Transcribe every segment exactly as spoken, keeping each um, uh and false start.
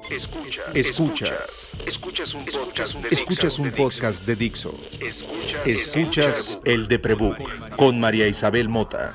Escuchas. Escuchas. Escuchas un podcast de Escuchas un podcast de Dixo. Escuchas, Escuchas el de Prebook con María Isabel Mota.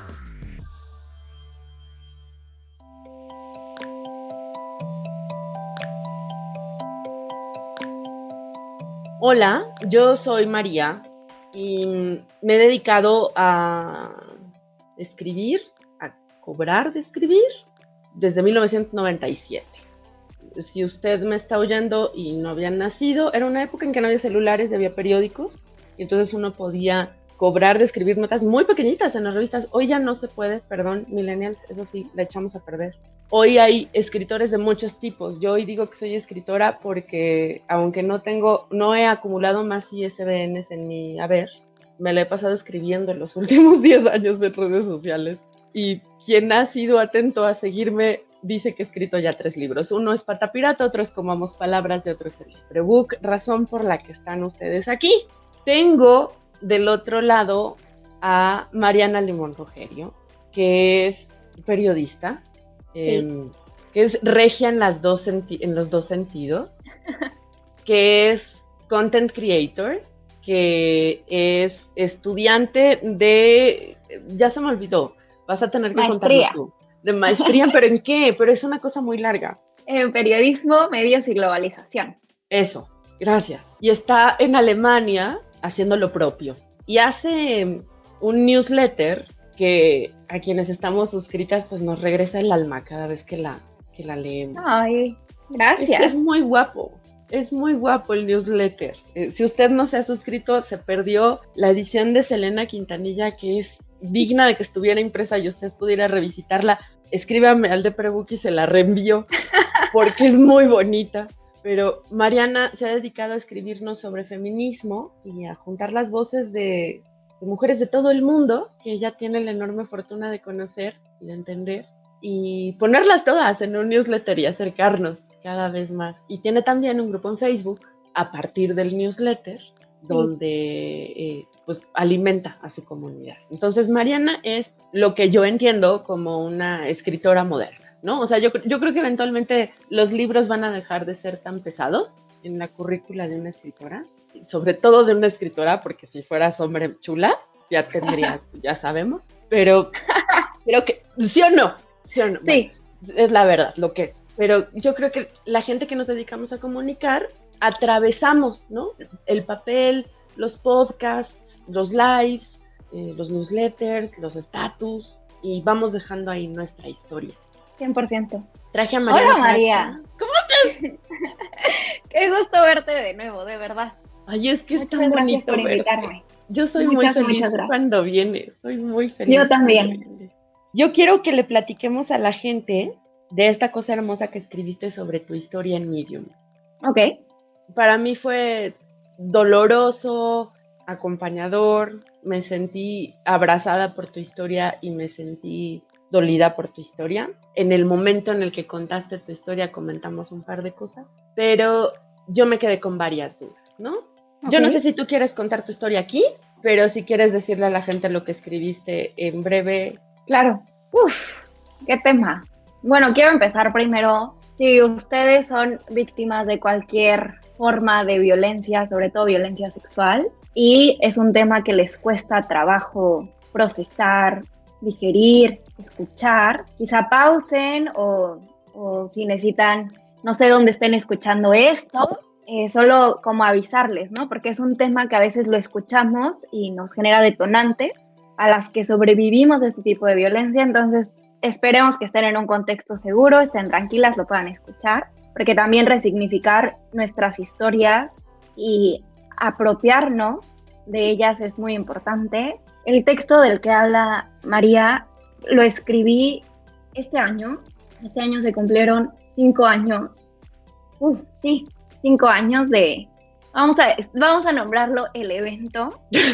Hola, yo soy María y me he dedicado a escribir, a cobrar de escribir desde mil novecientos noventa y siete. Si usted me está oyendo y no habían nacido, era una época en que no había celulares y había periódicos, y entonces uno podía cobrar de escribir notas muy pequeñitas en las revistas. Hoy ya no se puede, perdón, millennials, eso sí, la echamos a perder. Hoy hay escritores de muchos tipos. Yo hoy digo que soy escritora porque, aunque no tengo, no he acumulado más I S B Ns en mi haber, me la he pasado escribiendo en los últimos diez años en redes sociales. Y quien ha sido atento a seguirme dice que he escrito ya tres libros. Uno es Pata Pirata, otro es Comamos Palabras y otro es el Prebook, razón por la que están ustedes aquí. Tengo del otro lado a Mariana Limón Rogerio, que es periodista, sí. eh, que es regia en, las dos senti- en los dos sentidos, que es content creator, que es estudiante de, ya se me olvidó, vas a tener que maestría. Contarlo tú. De maestría, ¿pero en qué? Pero es una cosa muy larga. En periodismo, medios y globalización. Eso, gracias. Y está en Alemania haciendo lo propio. Y hace un newsletter que a quienes estamos suscritas pues nos regresa el alma cada vez que la, que la leemos. Ay, gracias. Es, es muy guapo. Es muy guapo el newsletter. Eh, si usted no se ha suscrito, se perdió la edición de Selena Quintanilla, que es digna de que estuviera impresa y usted pudiera revisitarla. Escríbame al de Prebook y se la reenvío, porque es muy bonita. Pero Mariana se ha dedicado a escribirnos sobre feminismo y a juntar las voces de, de mujeres de todo el mundo, que ella tiene la enorme fortuna de conocer y de entender, y ponerlas todas en un newsletter y acercarnos cada vez más. Y tiene también un grupo en Facebook a partir del newsletter, donde eh, pues alimenta a su comunidad. Entonces Mariana es lo que yo entiendo como una escritora moderna, ¿no? O sea, yo, yo creo que eventualmente los libros van a dejar de ser tan pesados en la currícula de una escritora, sobre todo de una escritora, porque si fueras hombre chula, ya tendrías, ya sabemos, pero creo que, ¿sí o no? ¿Sí o no? Sí. Bueno, es la verdad, lo que es. Pero yo creo que la gente que nos dedicamos a comunicar, atravesamos, ¿no? El papel, los podcasts, los lives, eh, los newsletters, los status, y vamos dejando ahí nuestra historia. cien por ciento. Traje a María. Hola, María. ¿Cómo estás? Qué gusto verte de nuevo, de verdad. Ay, es que es Muchas tan gracias bonito por verte. invitarme. Yo soy Muchas, muy feliz muchas gracias. cuando vienes, soy muy feliz. Yo también. Yo quiero que le platiquemos a la gente de esta cosa hermosa que escribiste sobre tu historia en Medium. Ok. Para mí fue doloroso, acompañador, me sentí abrazada por tu historia y me sentí dolida por tu historia. En el momento en el que contaste tu historia comentamos un par de cosas, pero yo me quedé con varias dudas, ¿no? Okay. Yo no sé si tú quieres contar tu historia aquí, pero si quieres decirle a la gente lo que escribiste en breve. Claro. Uf, qué tema. Bueno, quiero empezar primero. Si ustedes son víctimas de cualquier forma de violencia, sobre todo violencia sexual, y es un tema que les cuesta trabajo procesar, digerir, escuchar, quizá pausen o, o si necesitan, no sé dónde estén escuchando esto, eh, solo como avisarles, ¿no? Porque es un tema que a veces lo escuchamos y nos genera detonantes a las que sobrevivimos a este tipo de violencia, entonces esperemos que estén en un contexto seguro, estén tranquilas, lo puedan escuchar, porque también resignificar nuestras historias y apropiarnos de ellas es muy importante. El texto del que habla María lo escribí este año. Este año se cumplieron cinco años. Uf, sí, cinco años de... Vamos a, vamos a nombrarlo el evento.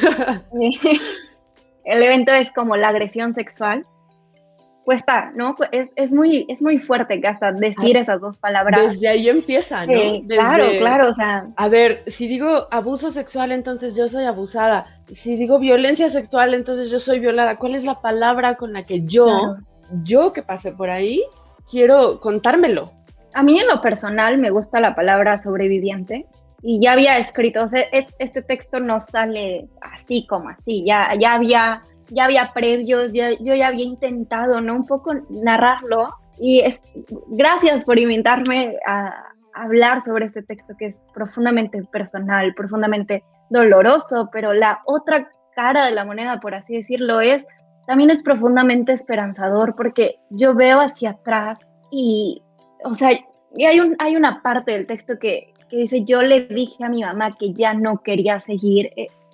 El evento es como la agresión sexual. Cuesta, ¿no? Es, es, muy, es muy fuerte que hasta decir esas dos palabras. Desde ahí empieza, ¿no? Sí, Desde, claro, claro, o sea... A ver, si digo abuso sexual, entonces yo soy abusada. Si digo violencia sexual, entonces yo soy violada. ¿Cuál es la palabra con la que yo, claro. yo que pasé por ahí, quiero contármelo? a mí en lo personal me gusta la palabra sobreviviente y ya había escrito, o sea, es, este texto no sale así como así, ya, ya, había, ya había previos, ya, yo ya había intentado, ¿no? Un poco narrarlo y es, gracias por invitarme a hablar sobre este texto que es profundamente personal, profundamente doloroso, pero la otra cara de la moneda, por así decirlo, es también es profundamente esperanzador porque yo veo hacia atrás y, o sea, y hay, un, hay una parte del texto que, que dice, yo le dije a mi mamá que ya no quería seguir.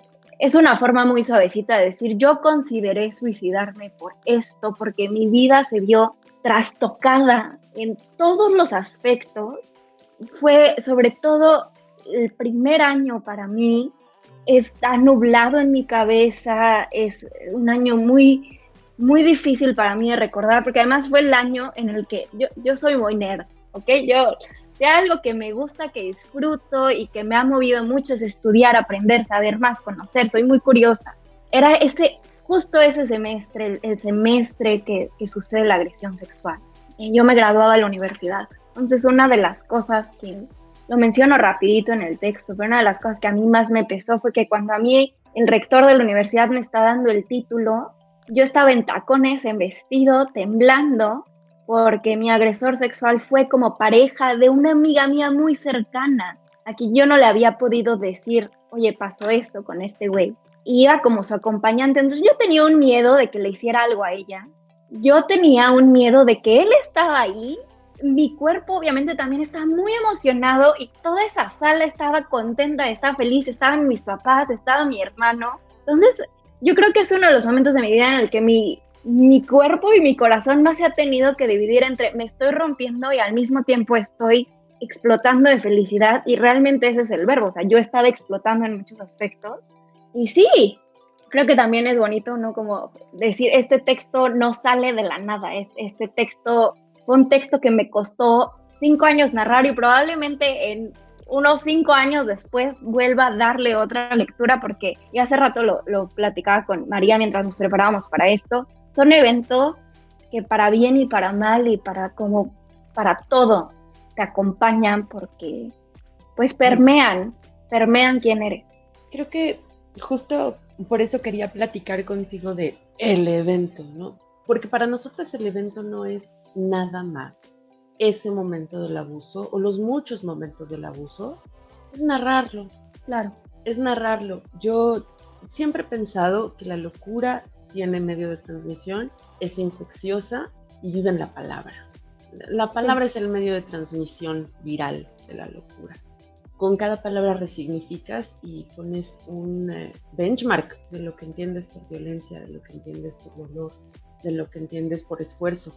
Es una forma muy suavecita de decir, yo consideré suicidarme por esto, porque mi vida se vio trastocada en todos los aspectos. Fue sobre todo el primer año para mí, está nublado en mi cabeza, es un año muy, muy difícil para mí de recordar, porque además fue el año en el que yo, yo soy muy nerd, ¿ok? Yo, de algo que me gusta, que disfruto y que me ha movido mucho es estudiar, aprender, saber más, conocer, soy muy curiosa. Era ese, justo ese semestre, el, el semestre que, que sucede la agresión sexual. Y yo me graduaba de la universidad. Entonces, una de las cosas que, lo menciono rapidito en el texto, pero una de las cosas que a mí más me pesó fue que cuando a mí el rector de la universidad me está dando el título, yo estaba en tacones, en vestido, temblando, porque mi agresor sexual fue como pareja de una amiga mía muy cercana, a quien yo no le había podido decir, oye, pasó esto con este güey. Y iba como su acompañante, entonces yo tenía un miedo de que le hiciera algo a ella. Yo tenía un miedo de que él estaba ahí. Mi cuerpo obviamente también estaba muy emocionado y toda esa sala estaba contenta, estaba feliz, estaban mis papás, estaba mi hermano. Entonces yo creo que es uno de los momentos de mi vida en el que mi, mi cuerpo y mi corazón más se ha tenido que dividir entre me estoy rompiendo y al mismo tiempo estoy explotando de felicidad, y realmente ese es el verbo, o sea, yo estaba explotando en muchos aspectos. Y sí, creo que también es bonito, ¿no? Como decir, este texto no sale de la nada, es, este texto fue un texto que me costó cinco años narrar y probablemente en unos cinco años después vuelva a darle otra lectura, porque ya hace rato lo, lo platicaba con María mientras nos preparábamos para esto. Son eventos que para bien y para mal y para como para todo te acompañan porque pues permean, permean quién eres. Creo que justo por eso quería platicar contigo de el evento, ¿no? Porque para nosotros el evento no es nada más ese momento del abuso o los muchos momentos del abuso, es narrarlo. Claro. Es narrarlo. Yo siempre he pensado que la locura tiene medio de transmisión, es infecciosa y vive en la palabra. La palabra sí. Es el medio de transmisión viral de la locura. Con cada palabra resignificas y pones un eh, benchmark de lo que entiendes por violencia, de lo que entiendes por dolor, de lo que entiendes por esfuerzo.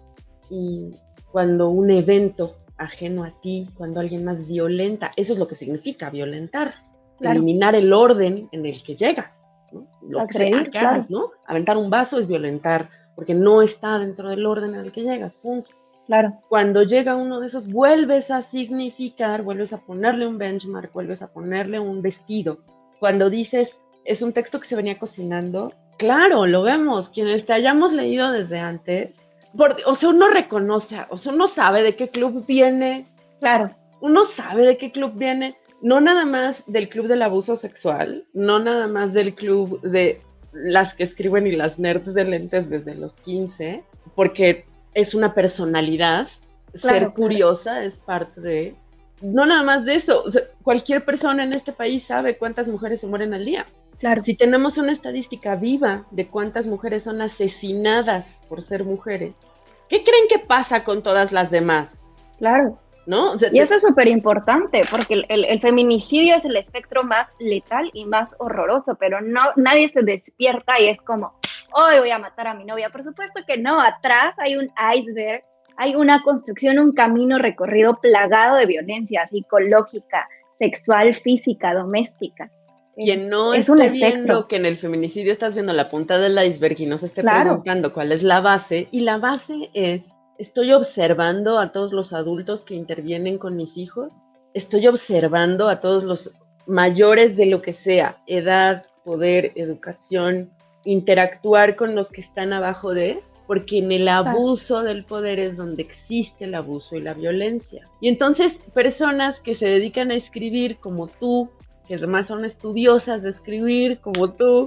Y cuando un evento ajeno a ti, cuando alguien más violenta, eso es lo que significa violentar, claro. Eliminar el orden en el que llegas, ¿no? Lo que creer, sea que claro. hagas, ¿no? Aventar un vaso es violentar, porque no está dentro del orden en el que llegas, punto. Claro. Cuando llega uno de esos, vuelves a significar, vuelves a ponerle un benchmark, vuelves a ponerle un vestido. Cuando dices, es un texto que se venía cocinando, claro, lo vemos, quienes te hayamos leído desde antes, por, o sea, uno reconoce, o sea, uno sabe de qué club viene. Claro. Uno sabe de qué club viene, no nada más del club del abuso sexual, no nada más del club de las que escriben y las nerds de lentes desde los quince, porque es una personalidad, claro, ser curiosa claro. Es parte de, no nada más de eso, o sea, cualquier persona en este país sabe cuántas mujeres se mueren al día. Claro. Si tenemos una estadística viva de cuántas mujeres son asesinadas por ser mujeres, ¿qué creen que pasa con todas las demás? Claro. ¿No? O sea, y eso es súper importante, porque el, el, el feminicidio es el espectro más letal y más horroroso, pero no, nadie se despierta y es como, hoy voy a matar a mi novia. Por supuesto que no, atrás hay un iceberg, hay una construcción, un camino recorrido plagado de violencia psicológica, sexual, física, doméstica. Quien no es esté viendo que en el feminicidio estás viendo la punta del iceberg y no se esté claro. preguntando cuál es la base, y la base es, estoy observando a todos los adultos que intervienen con mis hijos, estoy observando a todos los mayores de lo que sea, edad, poder, educación, interactuar con los que están abajo de, porque en el abuso del poder es donde existe el abuso y la violencia. Y entonces personas que se dedican a escribir como tú, que además son estudiosas de escribir como tú,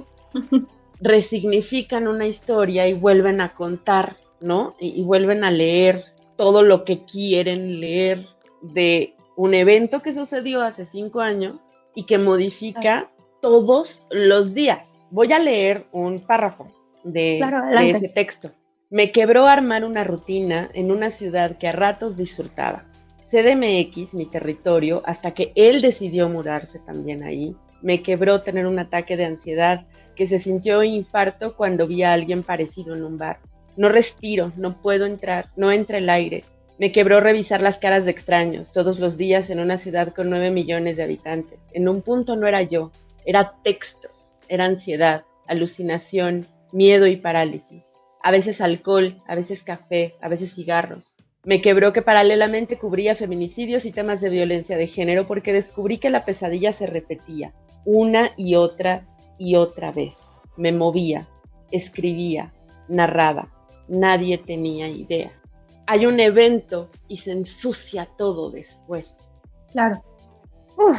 resignifican una historia y vuelven a contar, ¿no? Y, y vuelven a leer todo lo que quieren leer de un evento que sucedió hace cinco años y que modifica todos los días. Voy a leer un párrafo de, Claro, de ese texto. Me quebró armar una rutina en una ciudad que a ratos disfrutaba. C D M X, mi territorio, hasta que él decidió mudarse también ahí. Me quebró tener un ataque de ansiedad que se sintió infarto cuando vi a alguien parecido en un bar. No respiro, no puedo entrar, no entra el aire. Me quebró revisar las caras de extraños todos los días en una ciudad con nueve millones de habitantes. En un punto no era yo, era textos, era ansiedad, alucinación, miedo y parálisis. A veces alcohol, a veces café, a veces cigarros. Me quebró que paralelamente cubría feminicidios y temas de violencia de género porque descubrí que la pesadilla se repetía una y otra y otra vez. Me movía, escribía, narraba. Nadie tenía idea. Hay un evento y se ensucia todo después. Claro. Uf,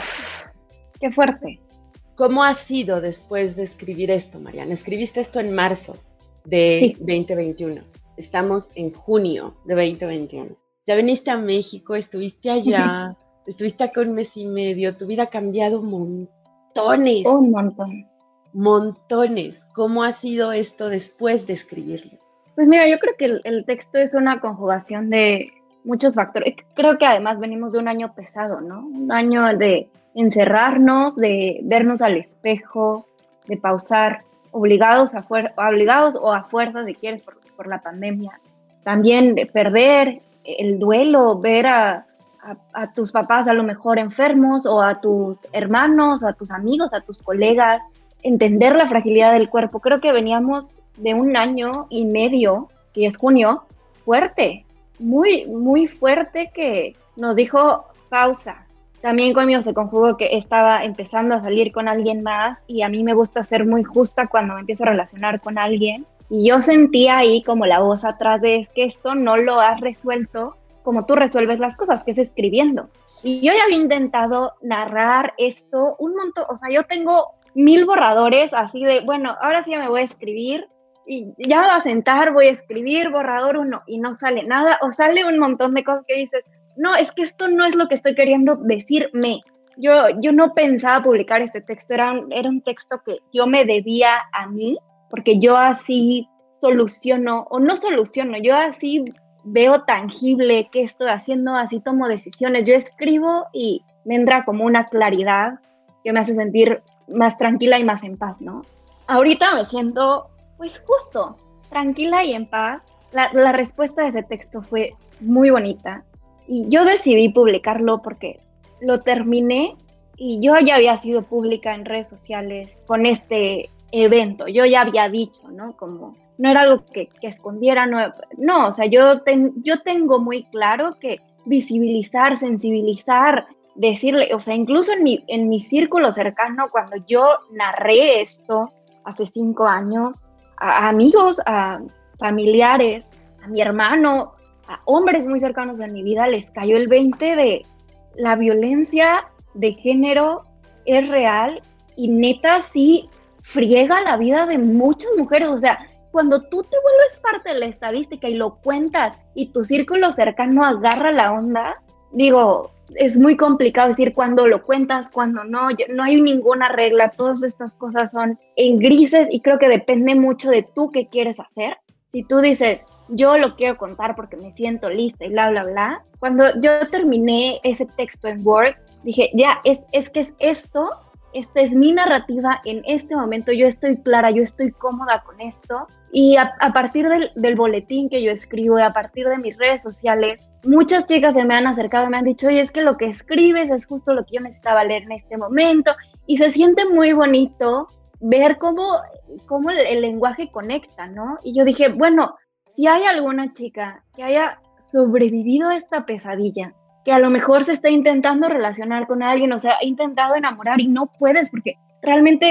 qué fuerte. ¿Cómo ha sido después de escribir esto, Mariana? Escribiste esto en marzo de Sí. veinte veintiuno. Estamos en junio de veinte veintiuno. Ya viniste a México, estuviste allá, estuviste acá un mes y medio, tu vida ha cambiado montones, Un montón. montones. ¿Cómo ha sido esto después de escribirlo? Pues mira, yo creo que el, el texto es una conjugación de muchos factores. Creo que además venimos de un año pesado, ¿no? Un año de encerrarnos, de vernos al espejo, de pausar, obligados, a fuer- obligados o a fuerzas, si quieres, por, por la pandemia. También de perder el duelo, ver a, a, a tus papás a lo mejor enfermos, o a tus hermanos, o a tus amigos, a tus colegas, entender la fragilidad del cuerpo. Creo que veníamos de un año y medio, que es junio, fuerte, muy, muy fuerte, que nos dijo pausa. También conmigo se conjugó que estaba empezando a salir con alguien más, y a mí me gusta ser muy justa cuando me empiezo a relacionar con alguien, y yo sentía ahí como la voz atrás de: es que esto no lo has resuelto como tú resuelves las cosas, que es escribiendo. Y yo ya había intentado narrar esto un montón, o sea, yo tengo mil borradores así de, bueno, ahora sí ya me voy a escribir, y ya me voy a sentar, voy a escribir borrador uno, y no sale nada, o sale un montón de cosas que dices, no, es que esto no es lo que estoy queriendo decirme. Yo, yo no pensaba publicar este texto, era un, era un texto que yo me debía a mí, porque yo así soluciono, o no soluciono, yo así veo tangible qué estoy haciendo, así tomo decisiones. Yo escribo y me entra como una claridad que me hace sentir más tranquila y más en paz, ¿no? Ahorita me siento, pues justo, tranquila y en paz. La, la respuesta de ese texto fue muy bonita, y yo decidí publicarlo porque lo terminé, y yo ya había sido pública en redes sociales con este evento. Yo ya había dicho, ¿no? Como no era algo que, que escondiera, no, no, o sea, yo, ten, yo tengo muy claro que visibilizar, sensibilizar, decirle, o sea, incluso en mi, en mi círculo cercano, cuando yo narré esto hace cinco años, a, a amigos, a familiares, a mi hermano, a hombres muy cercanos en mi vida, les cayó el veinte de la violencia de género es real, y neta sí friega la vida de muchas mujeres. O sea, cuando tú te vuelves parte de la estadística y lo cuentas y tu círculo cercano agarra la onda, digo, es muy complicado decir cuándo lo cuentas, cuándo no. No hay ninguna regla, todas estas cosas son en grises, y creo que depende mucho de tú qué quieres hacer. Si tú dices, yo lo quiero contar porque me siento lista y bla, bla, bla. Cuando yo terminé ese texto en Word, dije, ya, es, es que es esto, esta es mi narrativa en este momento, yo estoy clara, yo estoy cómoda con esto. Y a, a partir del, del boletín que yo escribo, y a partir de mis redes sociales, muchas chicas se me han acercado y me han dicho, oye, es que lo que escribes es justo lo que yo necesitaba leer en este momento. Y se siente muy bonito ver cómo, cómo el, el lenguaje conecta, ¿no? Y yo dije, bueno, si hay alguna chica que haya sobrevivido a esta pesadilla, que a lo mejor se está intentando relacionar con alguien, o sea, ha intentado enamorar y no puedes, porque realmente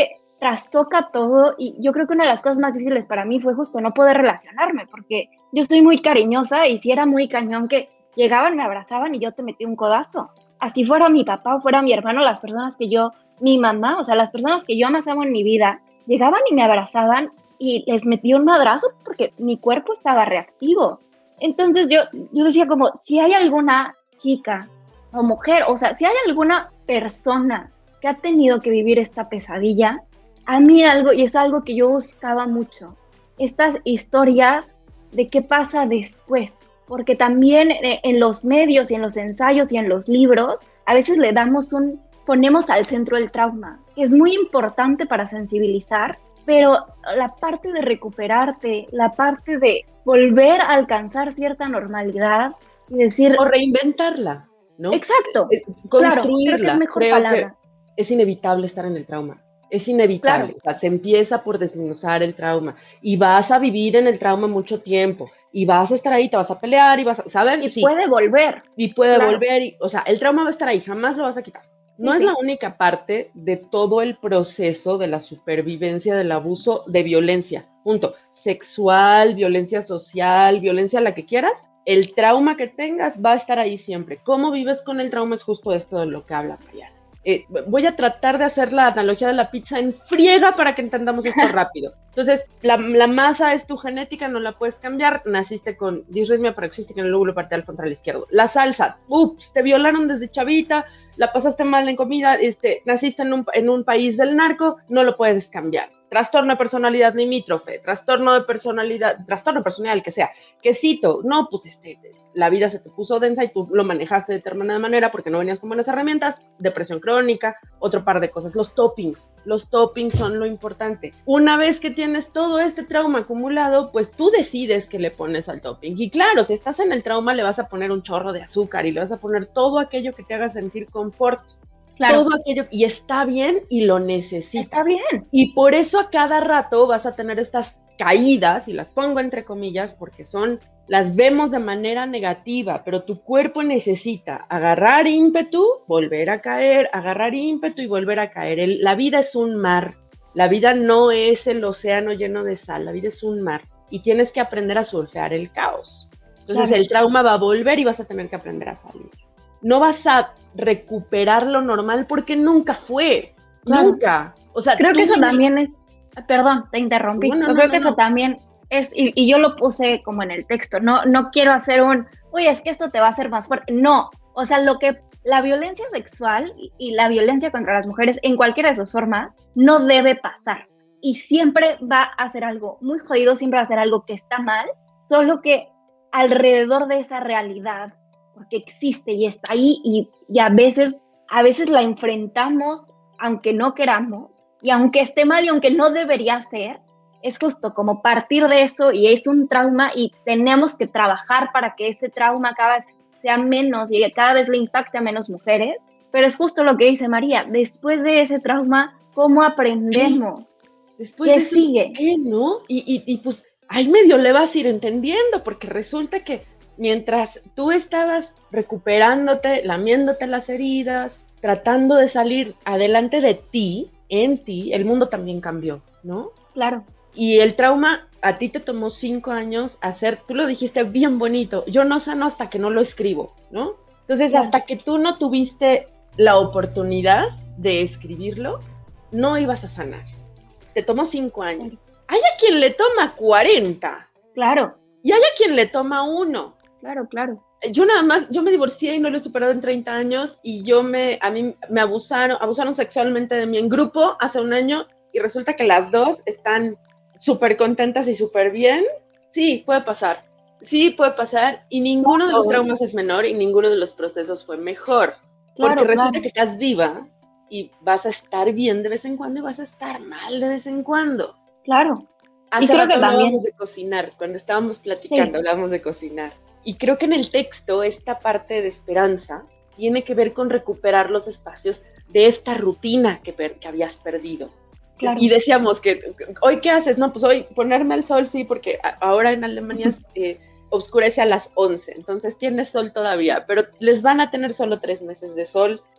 trastoca todo y yo creo que una de las cosas más difíciles para mí fue justo no poder relacionarme, porque yo soy muy cariñosa y si era muy cañón que llegaban, me abrazaban y yo te metí un codazo. Así fuera mi papá o fuera mi hermano, las personas que yo, mi mamá, o sea, las personas que yo más amo en mi vida, llegaban y me abrazaban y les metí un madrazo porque mi cuerpo estaba reactivo. Entonces yo, yo decía como, si hay alguna chica o mujer, o sea, si hay alguna persona que ha tenido que vivir esta pesadilla, a mí algo, y es algo que yo buscaba mucho, estas historias de qué pasa después, porque también en los medios y en los ensayos y en los libros, a veces le damos un, ponemos al centro el trauma, que es muy importante para sensibilizar, pero la parte de recuperarte, la parte de volver a alcanzar cierta normalidad y decir... O reinventarla, ¿no? Exacto. Eh, construirla. Claro, creo que es mejor creo palabra. Que es inevitable estar en el trauma. Es inevitable. Claro. O sea, se empieza por desmenuzar el trauma y vas a vivir en el trauma mucho tiempo y vas a estar ahí, te vas a pelear y vas a, ¿saben? Y sí. puede volver. Y puede claro. volver. Y, o sea, el trauma va a estar ahí, jamás lo vas a quitar. Sí, no sí. es la única parte de todo el proceso de la supervivencia del abuso de violencia, punto. Sexual, violencia social, violencia la que quieras, el trauma que tengas va a estar ahí siempre. ¿Cómo vives con el trauma? Es justo esto de lo que habla Mariana. Eh, voy a tratar de hacer la analogía de la pizza en friega para que entendamos esto rápido. Entonces, la, la masa es tu genética, no la puedes cambiar. Naciste con disritmia paroxística en el lóbulo parietal frontal izquierdo. La salsa, ups, te violaron desde chavita, la pasaste mal en comida, este, naciste en un, en un país del narco, no lo puedes cambiar. Trastorno de personalidad limítrofe, trastorno de personalidad, trastorno personal, que sea. Quesito, no, pues este, la vida se te puso densa y tú lo manejaste de determinada manera porque no venías con buenas herramientas, depresión crónica, otro par de cosas. Los toppings, los toppings son lo importante. Una vez que tienes todo este trauma acumulado, pues tú decides qué le pones al topping. Y claro, si estás en el trauma le vas a poner un chorro de azúcar y le vas a poner todo aquello que te haga sentir confort. Claro. Todo aquello, y está bien y lo necesitas. Está bien. Y por eso a cada rato vas a tener estas caídas, y las pongo entre comillas porque son, las vemos de manera negativa, pero tu cuerpo necesita agarrar ímpetu, volver a caer, agarrar ímpetu y volver a caer. El, la vida es un mar, la vida no es el océano lleno de sal, la vida es un mar y tienes que aprender a surfear el caos. Entonces claro. El trauma va a volver y vas a tener que aprender a salir. No vas a recuperar lo normal porque nunca fue, claro. nunca. O sea, creo que eso también es, perdón, te interrumpí, no, no, yo creo no, que no. eso también es, y, y yo lo puse como en el texto, no, no quiero hacer un, oye, es que esto te va a hacer más fuerte, no, o sea, lo que, la violencia sexual y, y la violencia contra las mujeres en cualquiera de sus formas no debe pasar, y siempre va a ser algo muy jodido, siempre va a ser algo que está mal, solo que alrededor de esa realidad, porque existe y está ahí y, y a veces, a veces la enfrentamos aunque no queramos y aunque esté mal y aunque no debería ser, es justo como partir de eso y es un trauma y tenemos que trabajar para que ese trauma cada vez sea menos y cada vez le impacte a menos mujeres, pero es justo lo que dice María, después de ese trauma, ¿cómo aprendemos? ¿Qué, después ¿Qué de eso, sigue? ¿Qué, no? Y, y, y pues ahí medio le vas a ir entendiendo porque resulta que mientras tú estabas recuperándote, lamiéndote las heridas, tratando de salir adelante de ti, en ti, el mundo también cambió, ¿no? Claro. Y el trauma, a ti te tomó cinco años hacer, tú lo dijiste bien bonito, yo no sano hasta que no lo escribo, ¿no? Entonces, claro. Hasta que tú no tuviste la oportunidad de escribirlo, no ibas a sanar. Te tomó cinco años. Hay a quien le toma cuarenta. Claro. Y hay a quien le toma uno. Claro, claro. Yo nada más, yo me divorcié y no lo he superado en treinta años y yo me, a mí me abusaron, abusaron sexualmente de mí en grupo hace un año y resulta que las dos están súper contentas y súper bien. Sí, puede pasar, sí puede pasar y ninguno de los traumas es menor y ninguno de los procesos fue mejor. Claro, porque resulta claro. que estás viva y vas a estar bien de vez en cuando y vas a estar mal de vez en cuando. Claro. Hace y creo rato que también hablábamos de cocinar, cuando estábamos platicando sí. hablábamos de cocinar. Y creo que en el texto esta parte de esperanza tiene que ver con recuperar los espacios de esta rutina que, per- que habías perdido. Claro. Y decíamos que, ¿hoy qué haces? No, pues hoy ponerme al sol, sí, porque a- ahora en Alemania eh, oscurece a las once, entonces tienes sol todavía, pero les van a tener solo tres meses de sol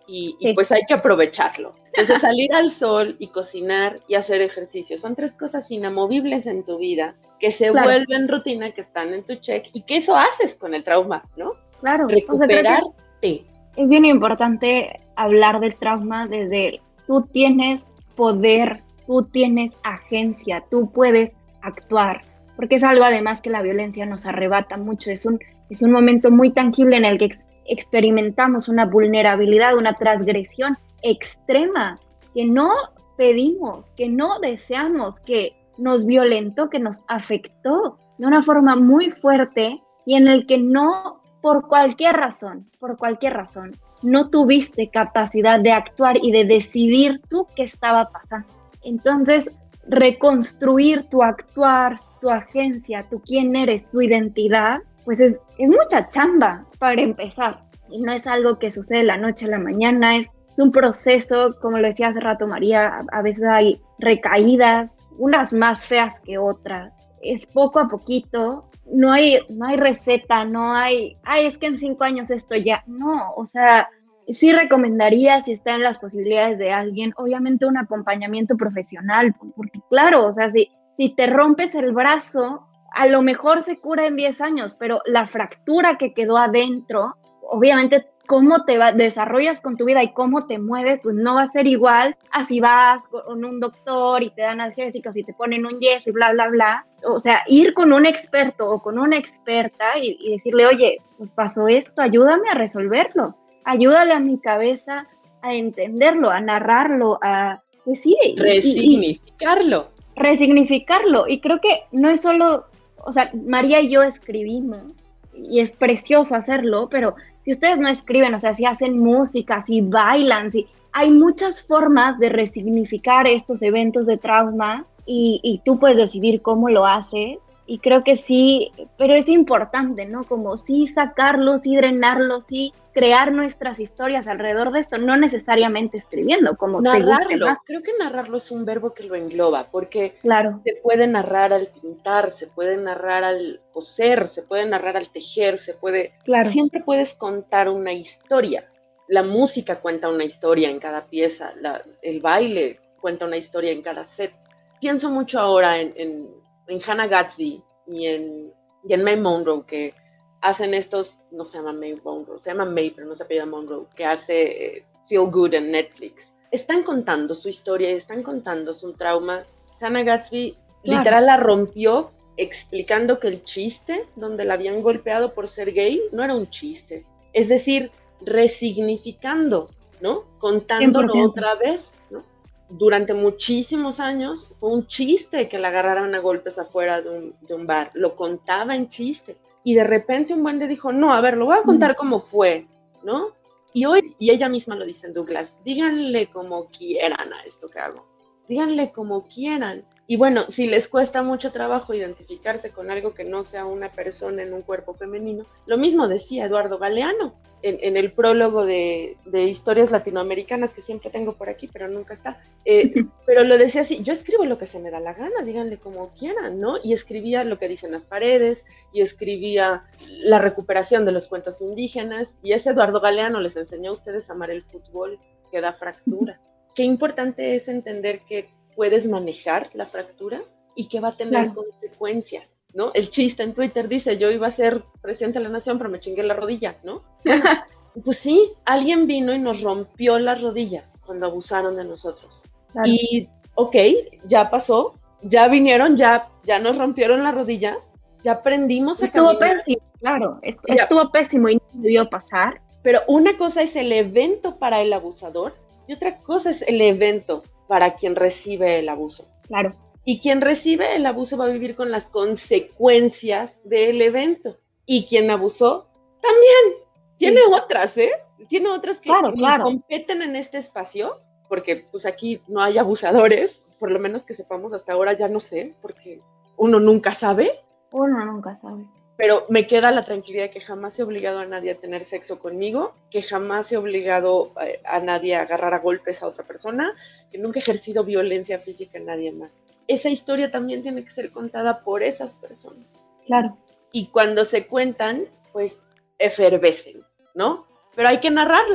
y, Sí. y pues hay que aprovecharlo. Entonces salir al sol y cocinar y hacer ejercicio son tres cosas inamovibles en tu vida que se Claro. vuelven rutina, que están en tu check y que eso haces con el trauma, ¿no? Claro, o sea, creo que Recuperarte. es bien importante hablar del trauma desde tú tienes poder, tú tienes agencia, tú puedes actuar, porque es algo además que la violencia nos arrebata mucho, es un, es un momento muy tangible en el que ex- experimentamos una vulnerabilidad, una transgresión extrema que no pedimos, que no deseamos, que nos violentó, que nos afectó de una forma muy fuerte y en el que no, por cualquier razón, por cualquier razón, no tuviste capacidad de actuar y de decidir tú qué estaba pasando. Entonces, reconstruir tu actuar, tu agencia, tu quién eres, tu identidad, pues es, es mucha chamba para empezar. Y no es algo que sucede de la noche a la mañana, es un proceso, como lo decía hace rato María, a, a veces hay recaídas, unas más feas que otras. Es poco a poquito, no hay, no hay receta, no hay, ay, es que en cinco años esto ya, no, o sea, sí recomendaría si está en las posibilidades de alguien, obviamente un acompañamiento profesional, porque claro, o sea, si, si te rompes el brazo, a lo mejor se cura en diez años, pero la fractura que quedó adentro, obviamente cómo te va, desarrollas con tu vida y cómo te mueves, pues no va a ser igual a si vas con un doctor y te dan analgésicos y te ponen un yeso y bla, bla, bla. O sea, ir con un experto o con una experta y, y decirle, oye, pues pasó esto, ayúdame a resolverlo. Ayúdale a mi cabeza a entenderlo, a narrarlo, a, pues sí. Resignificarlo. Y, y resignificarlo. Y creo que no es solo, o sea, María y yo escribimos y es precioso hacerlo, pero si ustedes no escriben, o sea, si hacen música, si bailan, si hay muchas formas de resignificar estos eventos de trauma y, y tú puedes decidir cómo lo haces. Y creo que sí, pero es importante, ¿no? Como sí sacarlo, sí drenarlo, sí crear nuestras historias alrededor de esto, no necesariamente escribiendo, como narrarlo. te guste más. Creo que narrarlo es un verbo que lo engloba, porque claro. se puede narrar al pintar, se puede narrar al coser, se puede narrar al tejer, se puede... Claro. Siempre puedes contar una historia. La música cuenta una historia en cada pieza, la, el baile cuenta una historia en cada set. Pienso mucho ahora en... en en Hannah Gadsby y en, y en May Monroe, que hacen estos, no se llama May Monroe, se llama May, pero no se apellida Monroe, que hace eh, Feel Good en Netflix. Están contando su historia, están contando su trauma. Hannah Gadsby claro. literal la rompió explicando que el chiste donde la habían golpeado por ser gay no era un chiste. Es decir, resignificando, ¿no? Contándolo cien por ciento otra vez, ¿no? Durante muchísimos años fue un chiste que la agarraran a golpes afuera de un, de un bar, lo contaba en chiste, y de repente un buen de dijo, no, a ver, lo voy a contar mm. cómo fue, ¿no? Y hoy, y ella misma lo dice en Douglas, díganle como quieran a esto que hago, díganle como quieran, y bueno, si les cuesta mucho trabajo identificarse con algo que no sea una persona en un cuerpo femenino, lo mismo decía Eduardo Galeano, En, en el prólogo de, de historias latinoamericanas que siempre tengo por aquí, pero nunca está, eh, pero lo decía así, yo escribo lo que se me da la gana, díganle como quieran, ¿no? Y escribía lo que dicen las paredes, y escribía la recuperación de los cuentos indígenas, y ese Eduardo Galeano les enseñó a ustedes a amar el fútbol, que da fractura. Qué importante es entender que puedes manejar la fractura y que va a tener claro. consecuencias, ¿no? El chiste en Twitter dice, yo iba a ser presidente de la nación, pero me chingué la rodilla, ¿no? Bueno, pues sí, alguien vino y nos rompió las rodillas cuando abusaron de nosotros. Claro. Y, ok, ya pasó, ya vinieron, ya, ya nos rompieron la rodilla, ya aprendimos a Estuvo caminar. pésimo, claro, estuvo, estuvo pésimo y no debió pasar. Pero una cosa es el evento para el abusador y otra cosa es el evento para quien recibe el abuso. Claro. Y quien recibe el abuso va a vivir con las consecuencias del evento. Y quien abusó, también. Tiene sí. otras, ¿eh? Tiene otras que claro, claro. competen en este espacio, porque pues aquí no hay abusadores, por lo menos que sepamos hasta ahora, ya no sé, porque uno nunca sabe. Uno nunca sabe. Pero me queda la tranquilidad de que jamás he obligado a nadie a tener sexo conmigo, que jamás he obligado a, a nadie a agarrar a golpes a otra persona, que nunca he ejercido violencia física en nadie más. Esa historia también tiene que ser contada por esas personas. Claro. Y cuando se cuentan, pues efervescen, ¿no? Pero hay que narrarlas. Sí.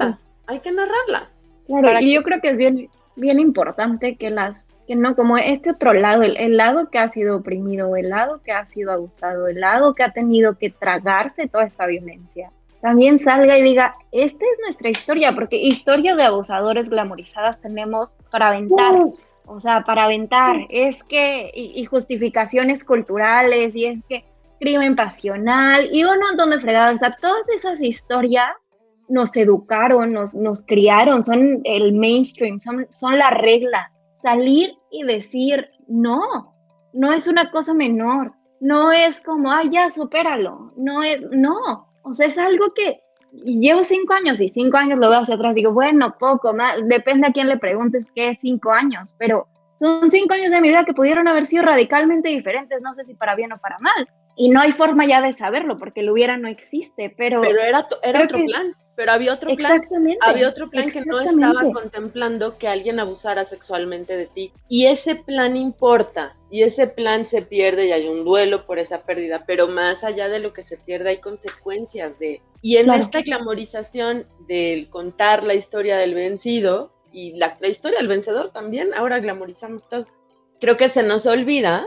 hay que narrarlas. Claro, y yo creo que es bien, bien importante que las, que no, como este otro lado, el, el lado que ha sido oprimido, el lado que ha sido abusado, el lado que ha tenido que tragarse toda esta violencia, también salga y diga, esta es nuestra historia, porque historias de abusadores glamorizadas tenemos para aventar, uh, o sea, para aventar, uh, es que, y, y justificaciones culturales, y es que crimen pasional, y un montón de fregadas, o sea, todas esas historias nos educaron, nos, nos criaron, son el mainstream, son, son la regla. Salir y decir, no, no es una cosa menor, no es como, ay, ya, supéralo, no es, no, o sea, es algo que llevo cinco años y cinco años lo veo hacia atrás, digo, bueno, poco más, depende a quién le preguntes qué es cinco años, pero son cinco años de mi vida que pudieron haber sido radicalmente diferentes, no sé si para bien o para mal, y no hay forma ya de saberlo, porque lo hubiera no existe, pero... Pero era, era otro plan. Pero había otro plan, había otro plan que no estaba contemplando que alguien abusara sexualmente de ti. Y ese plan importa, y ese plan se pierde y hay un duelo por esa pérdida, pero más allá de lo que se pierde hay consecuencias de... Y en claro. esta glamorización del contar la historia del vencido, y la, la historia del vencedor también, ahora glamorizamos todo. Creo que se nos olvida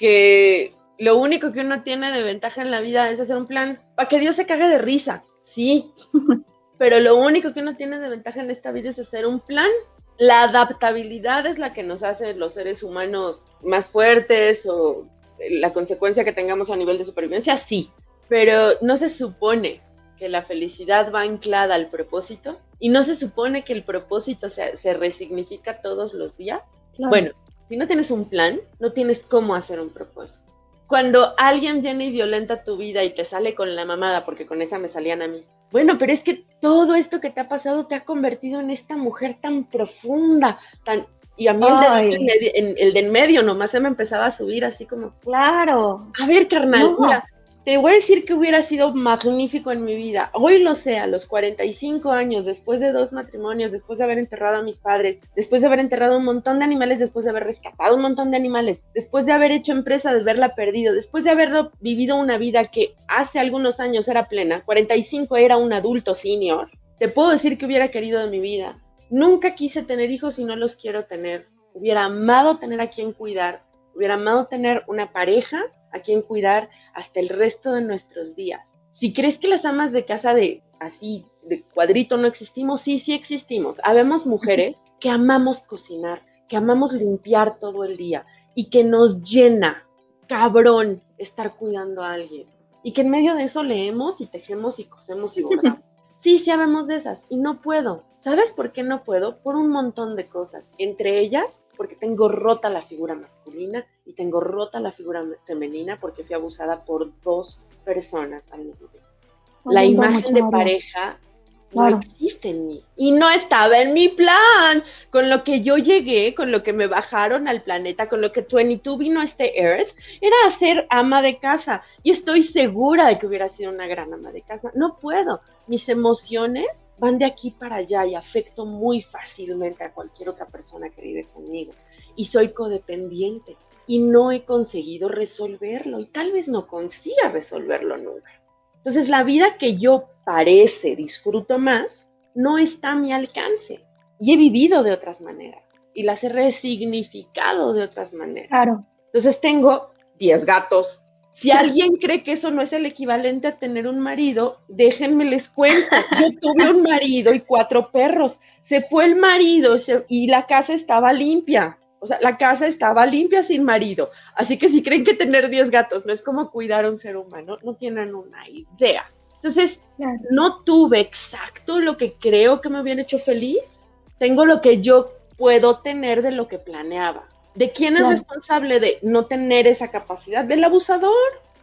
que lo único que uno tiene de ventaja en la vida es hacer un plan para que Dios se cague de risa, sí. Pero lo único que uno tiene de ventaja en esta vida es hacer un plan. La adaptabilidad es la que nos hace los seres humanos más fuertes o la consecuencia que tengamos a nivel de supervivencia, sí. Pero no se supone que la felicidad va anclada al propósito y no se supone que el propósito se, se resignifica todos los días. Claro. Bueno, si no tienes un plan, no tienes cómo hacer un propósito. Cuando alguien viene y violenta tu vida y te sale con la mamada, porque con esa me salían a mí, bueno, pero es que todo esto que te ha pasado te ha convertido en esta mujer tan profunda, tan... Y a mí el de, en medio, en, el de en medio nomás se me empezaba a subir así como... Claro. A ver, carnal, no. Mira, te voy a decir que hubiera sido magnífico en mi vida. Hoy lo sé, a los cuarenta y cinco años, después de dos matrimonios, después de haber enterrado a mis padres, después de haber enterrado un montón de animales, después de haber rescatado un montón de animales, después de haber hecho empresa, de haberla perdido, después de haber vivido una vida que hace algunos años era plena, cuarenta y cinco era un adulto senior, te puedo decir que hubiera querido de mi vida. Nunca quise tener hijos y no los quiero tener. Hubiera amado tener a quien cuidar, hubiera amado tener una pareja a quien cuidar hasta el resto de nuestros días. Si crees que las amas de casa de así, de cuadrito no existimos, sí, sí existimos. Habemos mujeres que amamos cocinar, que amamos limpiar todo el día y que nos llena, cabrón, estar cuidando a alguien. Y que en medio de eso leemos y tejemos y cosemos y bordamos. Sí, sí habemos de esas y no puedo. ¿Sabes por qué no puedo? Por un montón de cosas. Entre ellas, porque tengo rota la figura masculina y tengo rota la figura femenina porque fui abusada por dos personas al mismo tiempo. Oh, la imagen de pareja claro. no existe en mí y no estaba en mi plan. Con lo que yo llegué, con lo que me bajaron al planeta, con lo que veintidós vino a este Earth, era ser ama de casa y estoy segura de que hubiera sido una gran ama de casa. No puedo. Mis emociones van de aquí para allá y afecto muy fácilmente a cualquier otra persona que vive conmigo. Y soy codependiente y no he conseguido resolverlo y tal vez no consiga resolverlo nunca. Entonces la vida que yo parece disfruto más no está a mi alcance y he vivido de otras maneras y las he resignificado de otras maneras. Claro. Entonces tengo diez gatos. Si alguien cree que eso no es el equivalente a tener un marido, déjenme les cuento. Yo tuve un marido y cuatro perros. Se fue el marido se, y la casa estaba limpia. O sea, la casa estaba limpia sin marido. Así que si creen que tener diez gatos no es como cuidar a un ser humano, no tienen una idea. Entonces, claro. no tuve exacto lo que creo que me hubiera hecho feliz. Tengo lo que yo puedo tener de lo que planeaba. ¿De quién es claro. responsable de no tener esa capacidad? Del abusador.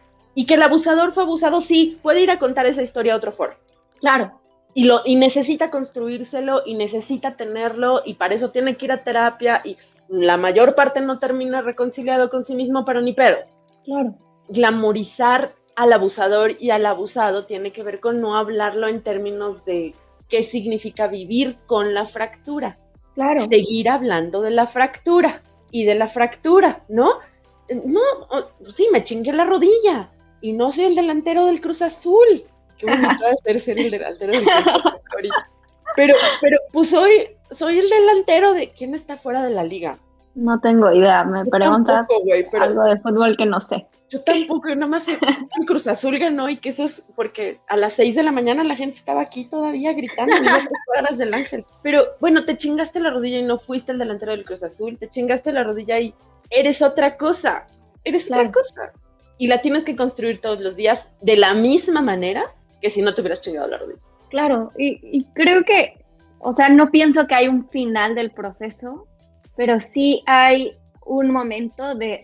Y que el abusador fue abusado, sí, puede ir a contar esa historia a otro foro. Claro. Y, lo, y necesita construírselo, y necesita tenerlo, y para eso tiene que ir a terapia, y la mayor parte no termina reconciliado con sí mismo, pero ni pedo. Claro. Glamorizar al abusador y al abusado tiene que ver con no hablarlo en términos de qué significa vivir con la fractura. Claro. Seguir hablando de la fractura. Y de la fractura, ¿no? No, sí, me chingué la rodilla y no soy el delantero del Cruz Azul. Qué bonito va a ser ser el delantero del Cruz Azul ahorita. Pero, pero, pues soy, soy el delantero de quién está fuera de la liga. No tengo idea, me Yo preguntas tampoco, güey, pero algo de fútbol que no sé. yo tampoco, yo nada más sé que el Cruz Azul ganó y que eso es porque a las seis de la mañana la gente estaba aquí todavía gritando, vivo a tres cuadras del Ángel. Pero bueno, te chingaste la rodilla y no fuiste el delantero del Cruz Azul, te chingaste la rodilla y eres otra cosa, eres Claro. otra cosa. Y la tienes que construir todos los días de la misma manera que si no te hubieras chingado la rodilla. Claro, y, y creo que, o sea, no pienso que hay un final del proceso, pero sí hay un momento de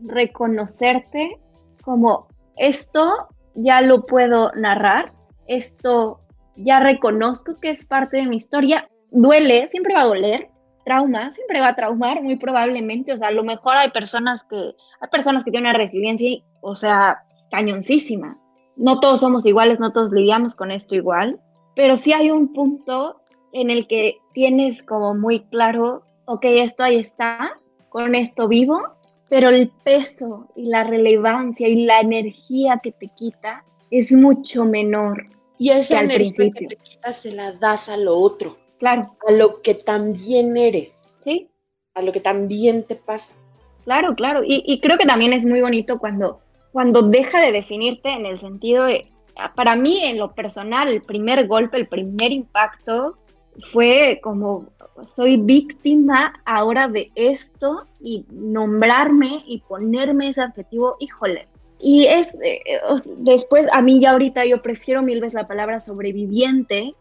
reconocerte como esto ya lo puedo narrar, esto ya reconozco que es parte de mi historia, duele, siempre va a doler, trauma, siempre va a traumar muy probablemente, o sea, a lo mejor hay personas que, hay personas que tienen una resiliencia, o sea, cañoncísima, no todos somos iguales, no todos lidiamos con esto igual, pero sí hay un punto en el que tienes como muy claro, ok, esto ahí está, con esto vivo, pero el peso y la relevancia y la energía que te quita es mucho menor. Y esa que al energía principio. que te quitas se la das a lo otro, Claro, a lo que también eres, sí, a lo que también te pasa. claro, claro. Y, y creo que también es muy bonito cuando, cuando deja de definirte en el sentido de, para mí en lo personal, el primer golpe, el primer impacto fue como soy víctima ahora de esto y nombrarme y ponerme ese adjetivo, híjole. Y es, eh, después a mí ya ahorita yo prefiero mil veces la palabra sobreviviente,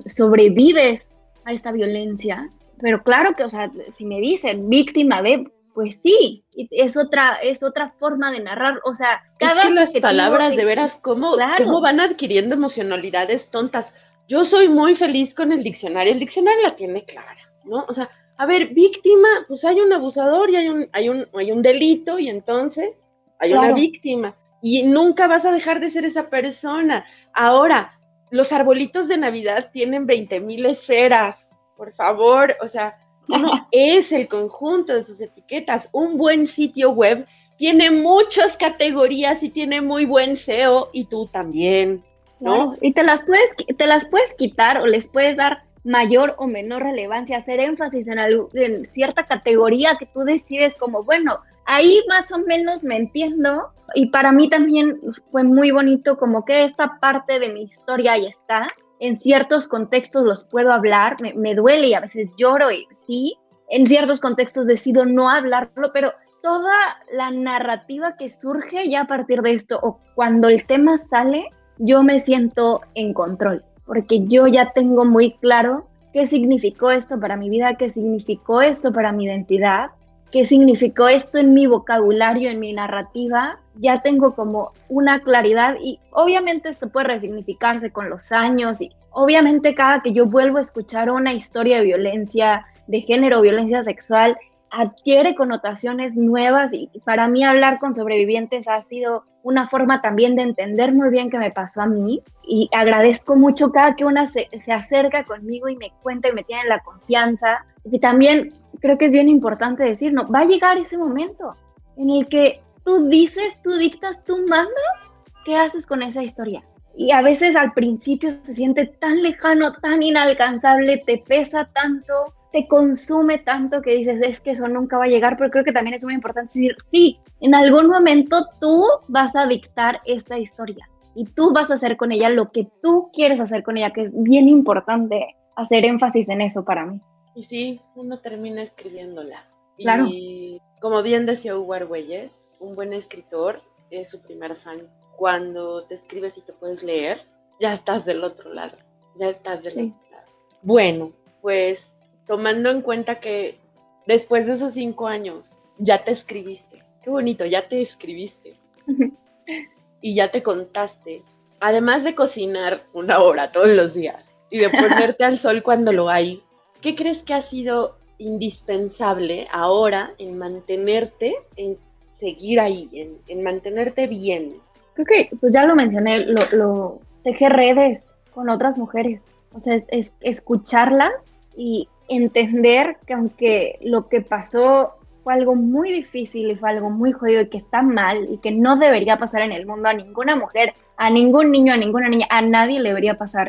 sobrevives a esta violencia, pero claro que, o sea, si me dicen víctima de, pues sí, es otra, es otra forma de narrar, o sea, cada es que las adjetivo palabras de- de veras cómo, Claro. cómo van adquiriendo emocionalidades tontas. Yo soy muy feliz con el diccionario, el diccionario la tiene clara, ¿no? O sea, a ver, víctima, pues hay un abusador y hay un, hay un, hay un delito y entonces hay Claro. una víctima y nunca vas a dejar de ser esa persona. Ahora, los arbolitos de Navidad tienen veinte mil esferas, por favor, o sea, uno es el conjunto de sus etiquetas. Un buen sitio web tiene muchas categorías y tiene muy buen S E O y tú también, ¿no? Claro, y te las puedes, qui- te las puedes quitar o les puedes dar mayor o menor relevancia, hacer énfasis en, algo- en cierta categoría que tú decides como, bueno, ahí más o menos me entiendo, y para mí también fue muy bonito como que esta parte de mi historia ahí está, en ciertos contextos los puedo hablar, me, me duele y a veces lloro y sí, en ciertos contextos decido no hablarlo, pero toda la narrativa que surge ya a partir de esto o cuando el tema sale, yo me siento en control, porque yo ya tengo muy claro qué significó esto para mi vida, qué significó esto para mi identidad, qué significó esto en mi vocabulario, en mi narrativa. Ya tengo como una claridad y obviamente esto puede resignificarse con los años y obviamente cada que yo vuelvo a escuchar una historia de violencia de género, violencia sexual, adquiere connotaciones nuevas y para mí hablar con sobrevivientes ha sido una forma también de entender muy bien qué me pasó a mí y agradezco mucho cada que una se, se acerca conmigo y me cuenta y me tiene la confianza. Y también creo que es bien importante decir, no, va a llegar ese momento en el que tú dices, tú dictas, tú mandas, ¿qué haces con esa historia? Y a veces al principio se siente tan lejano, tan inalcanzable, te pesa tanto, te consume tanto que dices, es que eso nunca va a llegar, pero creo que también es muy importante decir, sí, en algún momento tú vas a dictar esta historia y tú vas a hacer con ella lo que tú quieres hacer con ella, que es bien importante hacer énfasis en eso para mí. Y sí, uno termina escribiéndola. Claro. Y como bien decía Hugo Argüelles, un buen escritor es su primer fan. Cuando te escribes y te puedes leer, ya estás del otro lado, ya estás del Sí. otro lado. Bueno, pues tomando en cuenta que después de esos cinco años ya te escribiste, qué bonito, ya te escribiste y ya te contaste, además de cocinar una hora todos los días y de ponerte al sol cuando lo hay, ¿qué crees que ha sido indispensable ahora en mantenerte, en seguir ahí, en, en mantenerte bien? Creo que, pues ya lo mencioné, lo, lo tejer redes con otras mujeres, o sea, es, es escucharlas y entender que aunque lo que pasó fue algo muy difícil y fue algo muy jodido y que está mal y que no debería pasar en el mundo a ninguna mujer, a ningún niño, a ninguna niña, a nadie le debería pasar este,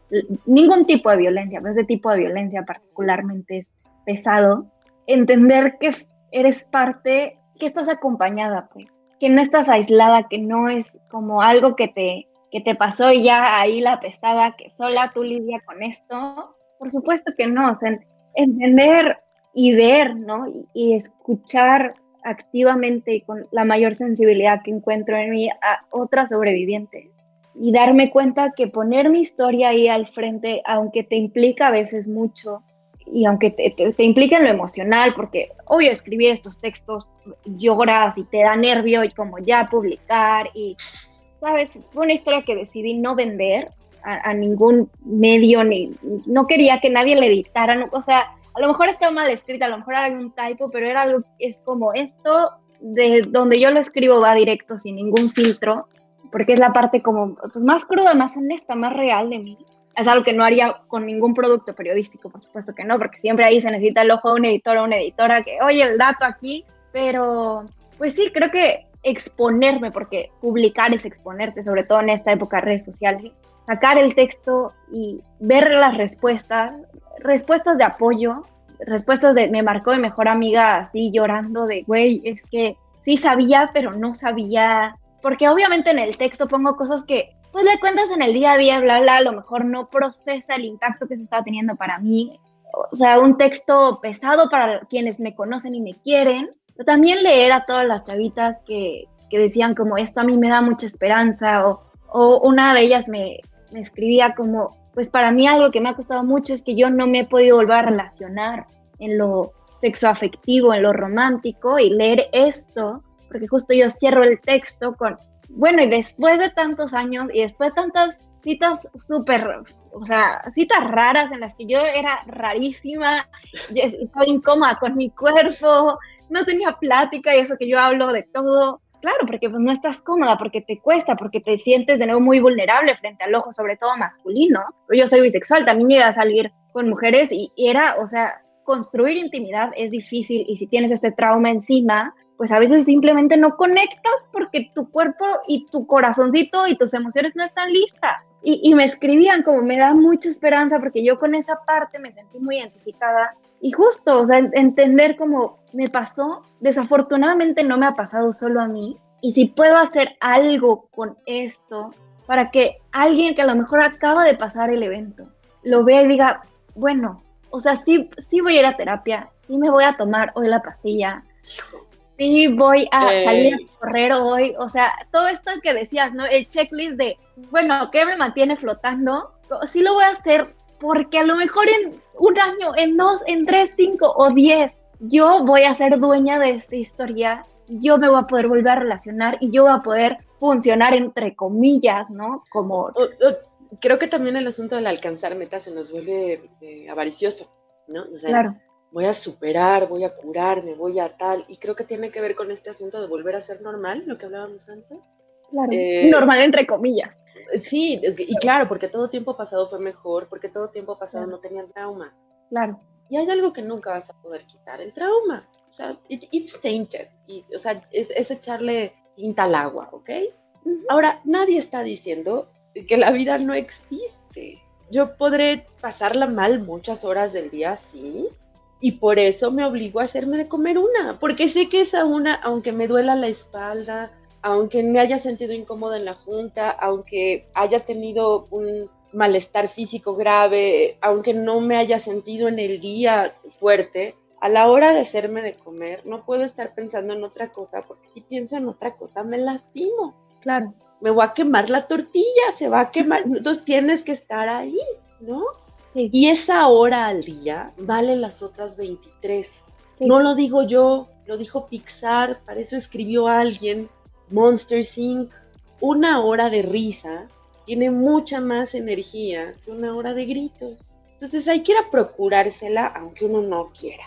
ningún tipo de violencia, pero ese tipo de violencia particularmente es pesado, entender que eres parte, que estás acompañada, pues, que no estás aislada, que no es como algo que te, que te pasó y ya ahí la pesada, que sola tú lidia con esto. Por supuesto que no, o sea, entender y ver, ¿no? Y, y escuchar activamente y con la mayor sensibilidad que encuentro en mí a otras sobrevivientes. Y darme cuenta que poner mi historia ahí al frente, aunque te implica a veces mucho, y aunque te, te, te implica en lo emocional, porque obvio escribir estos textos lloras y te da nervio y como ya publicar y, ¿sabes? Fue una historia que decidí no vender a, a ningún medio, ni no quería que nadie le editara, no, o sea, a lo mejor estaba mal escrita, a lo mejor hay un typo, pero era algo, es como esto, de donde yo lo escribo va directo sin ningún filtro, porque es la parte como pues, más cruda, más honesta, más real de mí. Es algo que no haría con ningún producto periodístico, por supuesto que no, porque siempre ahí se necesita el ojo de un editor o una editora que, oye, el dato aquí, pero pues sí, creo que exponerme, porque publicar es exponerte, sobre todo en esta época de redes sociales, sacar el texto y ver las respuestas, respuestas de apoyo, respuestas de, me marcó mi mejor amiga así llorando de, güey, es que sí sabía, pero no sabía, porque obviamente en el texto pongo cosas que pues le cuentas en el día a día, bla, bla, a lo mejor no procesa el impacto que eso estaba teniendo para mí. O sea, un texto pesado para quienes me conocen y me quieren. Pero también leer a todas las chavitas que, que decían como, esto a mí me da mucha esperanza. O, o una de ellas me, me escribía como, pues para mí algo que me ha costado mucho es que yo no me he podido volver a relacionar en lo sexoafectivo, en lo romántico. Y leer esto, porque justo yo cierro el texto con... Bueno, y después de tantos años y después de tantas citas súper, o sea, citas raras en las que yo era rarísima, estaba incómoda con mi cuerpo, no tenía plática y eso que yo hablo de todo. Claro, porque pues, no estás cómoda, porque te cuesta, porque te sientes de nuevo muy vulnerable frente al ojo, sobre todo masculino. Yo soy bisexual, también llegué a salir con mujeres y, y era, o sea, construir intimidad es difícil y si tienes este trauma encima, pues a veces simplemente no conectas porque tu cuerpo y tu corazoncito y tus emociones no están listas. Y, y me escribían como me da mucha esperanza porque yo con esa parte me sentí muy identificada. Y justo, o sea, entender cómo me pasó, desafortunadamente no me ha pasado solo a mí. Y si puedo hacer algo con esto para que alguien que a lo mejor acaba de pasar el evento lo vea y diga, bueno, o sea, sí, sí voy a ir a terapia, sí me voy a tomar hoy la pastilla, sí voy a eh. salir a correr hoy, o sea, todo esto que decías, ¿no? El checklist de, bueno, ¿qué me mantiene flotando? Sí lo voy a hacer porque a lo mejor en un año, en dos, en tres, cinco o diez, yo voy a ser dueña de esta historia, yo me voy a poder volver a relacionar y yo voy a poder funcionar entre comillas, ¿no? Como... O, o, creo que también el asunto del alcanzar metas se nos vuelve eh, avaricioso, ¿no? O sea, claro. Voy a superar, voy a curarme, voy a tal, y creo que tiene que ver con este asunto de volver a ser normal, lo que hablábamos antes. Claro, eh, normal entre comillas. Sí, y claro, porque todo tiempo pasado fue mejor, porque todo tiempo pasado claro. no tenía trauma. Claro. Y hay algo que nunca vas a poder quitar, el trauma. O sea, it, it's tainted, y, o sea, es, es echarle tinta al agua, ¿ok? Uh-huh. Ahora, nadie está diciendo que la vida no existe. Yo podré pasarla mal muchas horas del día, sí, y por eso me obligo a hacerme de comer una, porque sé que esa una, aunque me duela la espalda, aunque me haya sentido incómoda en la junta, aunque haya tenido un malestar físico grave, aunque no me haya sentido en el día fuerte, a la hora de hacerme de comer no puedo estar pensando en otra cosa, porque si pienso en otra cosa me lastimo. Claro. Me voy a quemar la tortilla, se va a quemar, entonces tienes que estar ahí, ¿no? Sí. Y esa hora al día vale las otras veintitrés. Sí. No lo digo yo, lo dijo Pixar, para eso escribió alguien, Monsters incorporated. Una hora de risa tiene mucha más energía que una hora de gritos. Entonces hay que ir a procurársela aunque uno no quiera.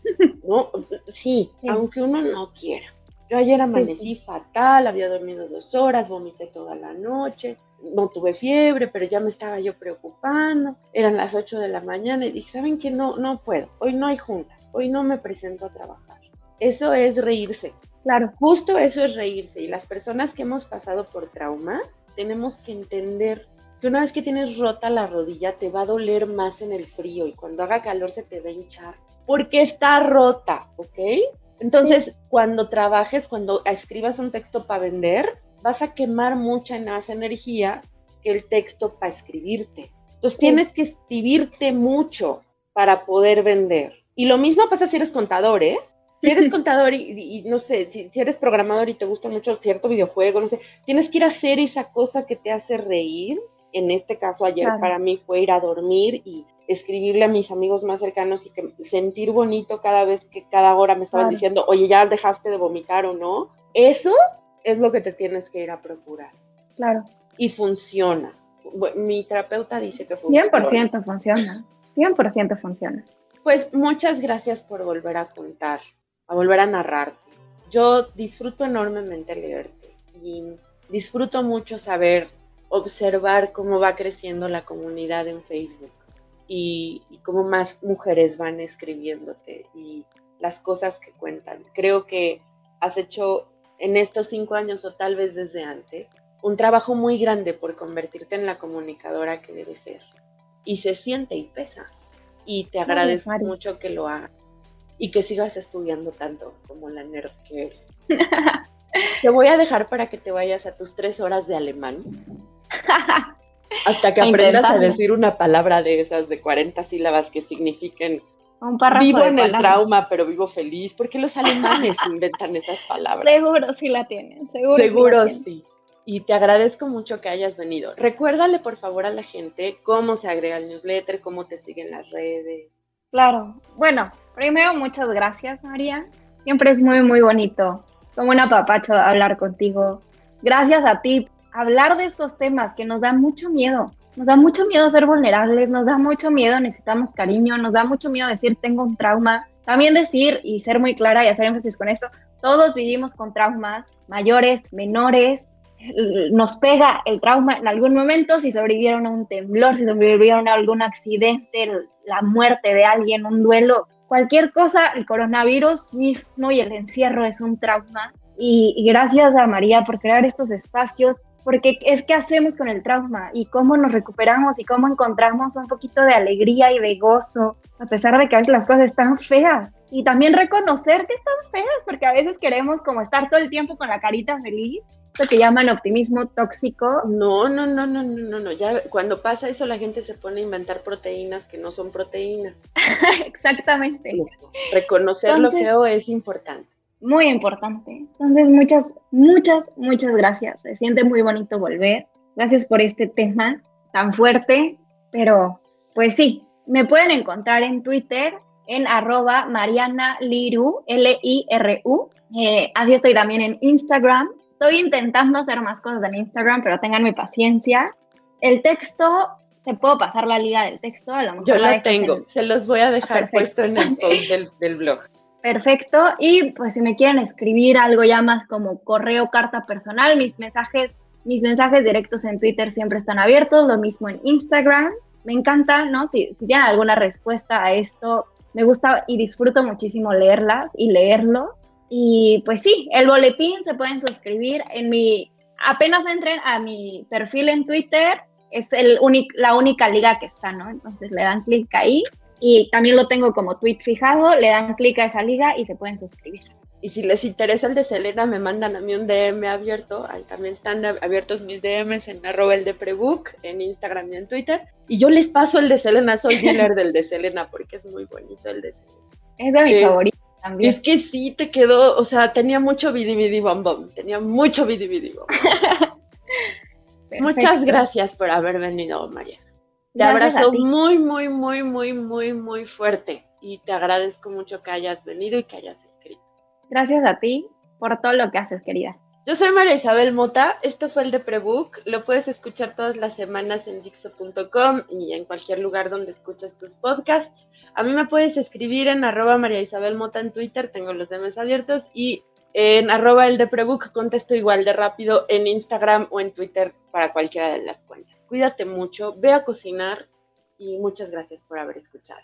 ¿No? Sí, sí, aunque uno no quiera. Yo ayer amanecí sí, sí. fatal, había dormido dos horas, vomité toda la noche. No tuve fiebre, pero ya me estaba yo preocupando. Eran las ocho de la mañana y dije, ¿saben qué? No, no puedo. Hoy no hay junta. Hoy no me presento a trabajar. Eso es reírse. Claro. Justo eso es reírse. Y las personas que hemos pasado por trauma, tenemos que entender que una vez que tienes rota la rodilla te va a doler más en el frío y cuando haga calor se te va a hinchar, porque está rota, ¿ok? Entonces, sí. Cuando trabajes, cuando escribas un texto para vender, vas a quemar mucha más energía que el texto para escribirte. Entonces, sí. Tienes que escribirte mucho para poder vender. Y lo mismo pasa si eres contador, ¿eh? Si eres contador y, y, y no sé, si, si eres programador y te gusta mucho cierto videojuego, no sé, tienes que ir a hacer esa cosa que te hace reír. En este caso, ayer claro. Para mí fue ir a dormir y escribirle a mis amigos más cercanos y que sentir bonito cada vez que cada hora me estaban claro. Diciendo, oye, ya dejaste de vomitar o no. Eso es lo que te tienes que ir a procurar. Claro. Y funciona. Mi terapeuta dice que funciona. cien por ciento funciona. cien por ciento funciona. Pues muchas gracias por volver a contar, a volver a narrarte. Yo disfruto enormemente leerte y disfruto mucho saber, observar cómo va creciendo la comunidad en Facebook y, y cómo más mujeres van escribiéndote y las cosas que cuentan. Creo que has hecho en estos cinco años o tal vez desde antes un trabajo muy grande por convertirte en la comunicadora que debes ser. Y se siente y pesa. Y te agradezco Mari, Mari. mucho que lo hagas. Y que sigas estudiando tanto como la nerd que eres. Te voy a dejar para que te vayas a tus tres horas de alemán. Hasta que aprendas a decir una palabra de esas de cuarenta sílabas que signifiquen un párrafo vivo de en palabras. El trauma, pero vivo feliz. ¿Por qué los alemanes inventan esas palabras? Seguro sí la tienen. Seguro, seguro sí. sí. Y te agradezco mucho que hayas venido. Recuérdale, por favor, a la gente cómo se agrega el newsletter, cómo te siguen las redes. Claro. Bueno, primero, muchas gracias, María. Siempre es muy, muy bonito, como un apapacho, hablar contigo. Gracias a ti. Hablar de estos temas que nos dan mucho miedo. Nos da mucho miedo ser vulnerables, nos da mucho miedo, necesitamos cariño, nos da mucho miedo decir tengo un trauma. También decir y ser muy clara y hacer énfasis con esto, todos vivimos con traumas, mayores, menores. Nos pega el trauma en algún momento, si sobrevivieron a un temblor, si sobrevivieron a algún accidente, la muerte de alguien, un duelo, cualquier cosa, el coronavirus mismo y el encierro es un trauma. Y, y gracias a María por crear estos espacios, porque es qué hacemos con el trauma y cómo nos recuperamos y cómo encontramos un poquito de alegría y de gozo, a pesar de que a veces las cosas están feas. Y también reconocer que están feas, porque a veces queremos como estar todo el tiempo con la carita feliz, lo que llaman optimismo tóxico. No, no, no, no, no, no, no. Ya cuando pasa eso la gente se pone a inventar proteínas que no son proteínas. Exactamente. Reconocer Entonces, lo feo es importante. Muy importante. Entonces, muchas, muchas, muchas gracias. Se siente muy bonito volver. Gracias por este tema tan fuerte, pero pues sí, me pueden encontrar en Twitter en arroba Mariana Liru, L I R U. Eh, así estoy también en Instagram. Estoy intentando hacer más cosas en Instagram, pero ténganme paciencia. El texto, te puedo pasar la liga del texto. A lo mejor Yo la lo tengo, en... se los voy a dejar ah, puesto en el post del, del blog. Perfecto, y pues si me quieren escribir algo ya más como correo, carta personal, mis mensajes, mis mensajes directos en Twitter siempre están abiertos, lo mismo en Instagram. Me encanta, ¿no? Si, si tienen alguna respuesta a esto, me gusta y disfruto muchísimo leerlas y leerlos. Y pues sí, el boletín se pueden suscribir en mi, apenas entren a mi perfil en Twitter, es el únic, la única liga que está, ¿no? Entonces le dan clic ahí. Y también lo tengo como tweet fijado, le dan clic a esa liga y se pueden suscribir. Y si les interesa el de Selena, me mandan a mí un D M abierto. Ahí también están abiertos mis D Ms en arroba el de Prebook, en Instagram y en Twitter. Y yo les paso el de Selena, soy dealer del de Selena porque es muy bonito el de Selena. Es de mis es, favoritos también. Es que sí te quedó, o sea, tenía mucho bidi bidi bom bom, tenía mucho bidi bidi bom bom. Muchas gracias por haber venido, María. Te Gracias abrazo muy, muy, muy, muy, muy, muy fuerte y te agradezco mucho que hayas venido y que hayas escrito. Gracias a ti por todo lo que haces, querida. Yo soy María Isabel Mota, esto fue el de Prebook, lo puedes escuchar todas las semanas en Dixo punto com y en cualquier lugar donde escuches tus podcasts. A mí me puedes escribir en arroba María Isabel Mota en Twitter, tengo los D Ms abiertos, y en arroba el de Prebook contesto igual de rápido en Instagram o en Twitter para cualquiera de las cuentas. Cuídate mucho, ve a cocinar y muchas gracias por haber escuchado.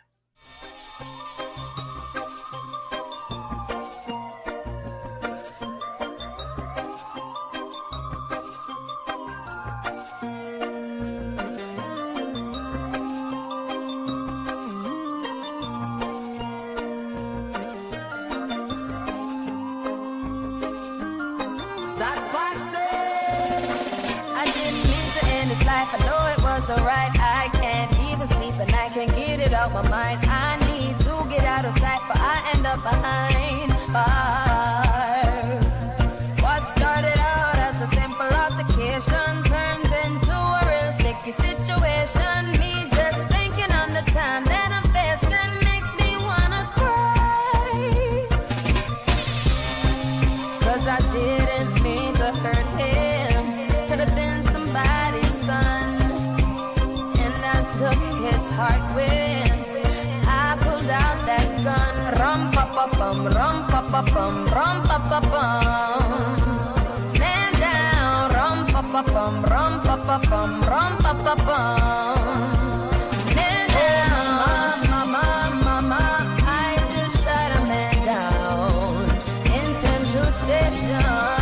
life, I know it was alright. I can't even sleep and I can't get it out my mind. I need to get out of sight, but I end up behind bars. What started out as a simple altercation turns into a real sticky situation. Me just thinking on the time that I'm facing makes me wanna cry. Cause I didn't mean to hurt him. Could have been somebody's son, and I took his heart with. I pulled out that gun. Rum pa pa bum, rum pa pa bum, rum pa pa bum. Man down. Rum pa pa bum, rum pa pa bum, rum pa pa bum. Man down. Mama, mama, I just shot a man down in Central Station.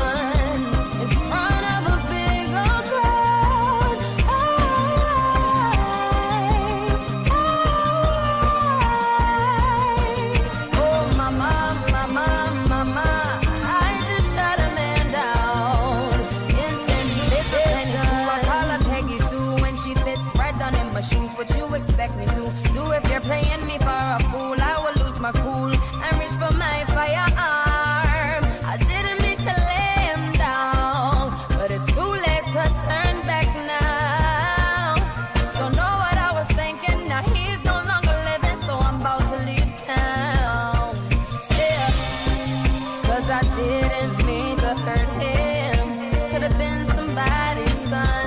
What you expect me to do if you're playing me for a fool? I will lose my cool and reach for my firearm. I didn't mean to lay him down, but it's too late to turn back now. Don't know what I was thinking, now he's no longer living, so I'm about to leave town. Yeah, cause I didn't mean to hurt him. Could have been somebody's son,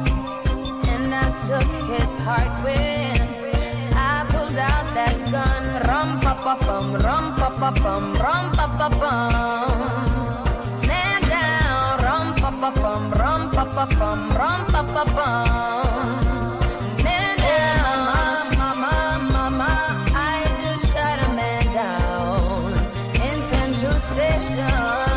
took his heart with. I pulled out that gun. Rum pa pa bum, rum pa pa bum, rum pa pa bum. Man down. Rum pa pa bum, rum pa pa bum, rum pa pa bum. Man down. Mama, mama, I just shot a man down in Central Station.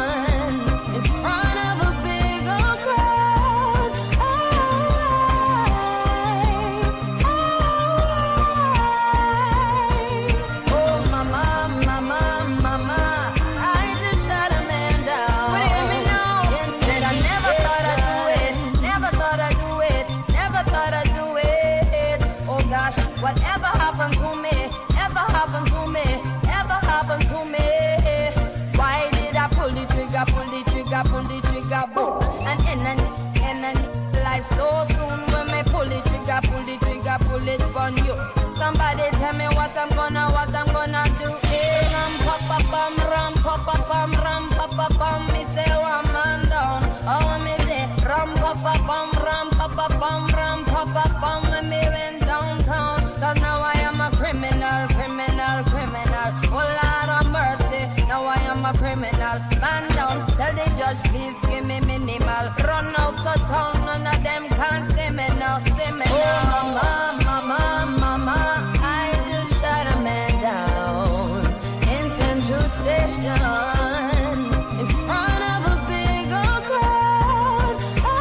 Whatever happened to me, ever happened to me, ever happened to me. Why did I pull the trigger, pull the trigger, pull the trigger, boom? And in and in and life so soon when me pull the trigger, pull the trigger, pull it on you. Somebody tell me what I'm gonna, what I'm gonna do. Hey, ram pa pa pam, ram pa pa pam, ram pa pa pam. Me say one man down, oh me say ram pa pa pam, ram pa pa pam, ram pa pa pam. When me went downtown. Cause now I am a criminal, criminal, criminal. Oh Lord of mercy, now I am a criminal. Man down, tell the judge please give me minimal. Run out of town, none of them can see me now, see me now. Oh mama, mama, mama, I just shot a man down in Central Station in front of a big old crowd.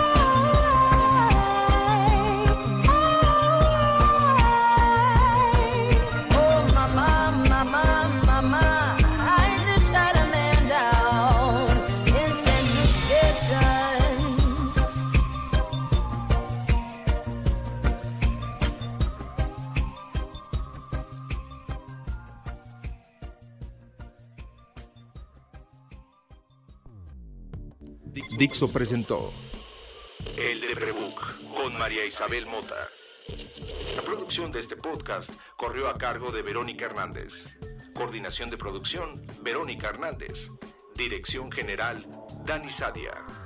Dixo presentó El Deprebook con María Isabel Mota. La producción de este podcast corrió a cargo de Verónica Hernández. Coordinación de producción, Verónica Hernández. Dirección general, Dani Sadia.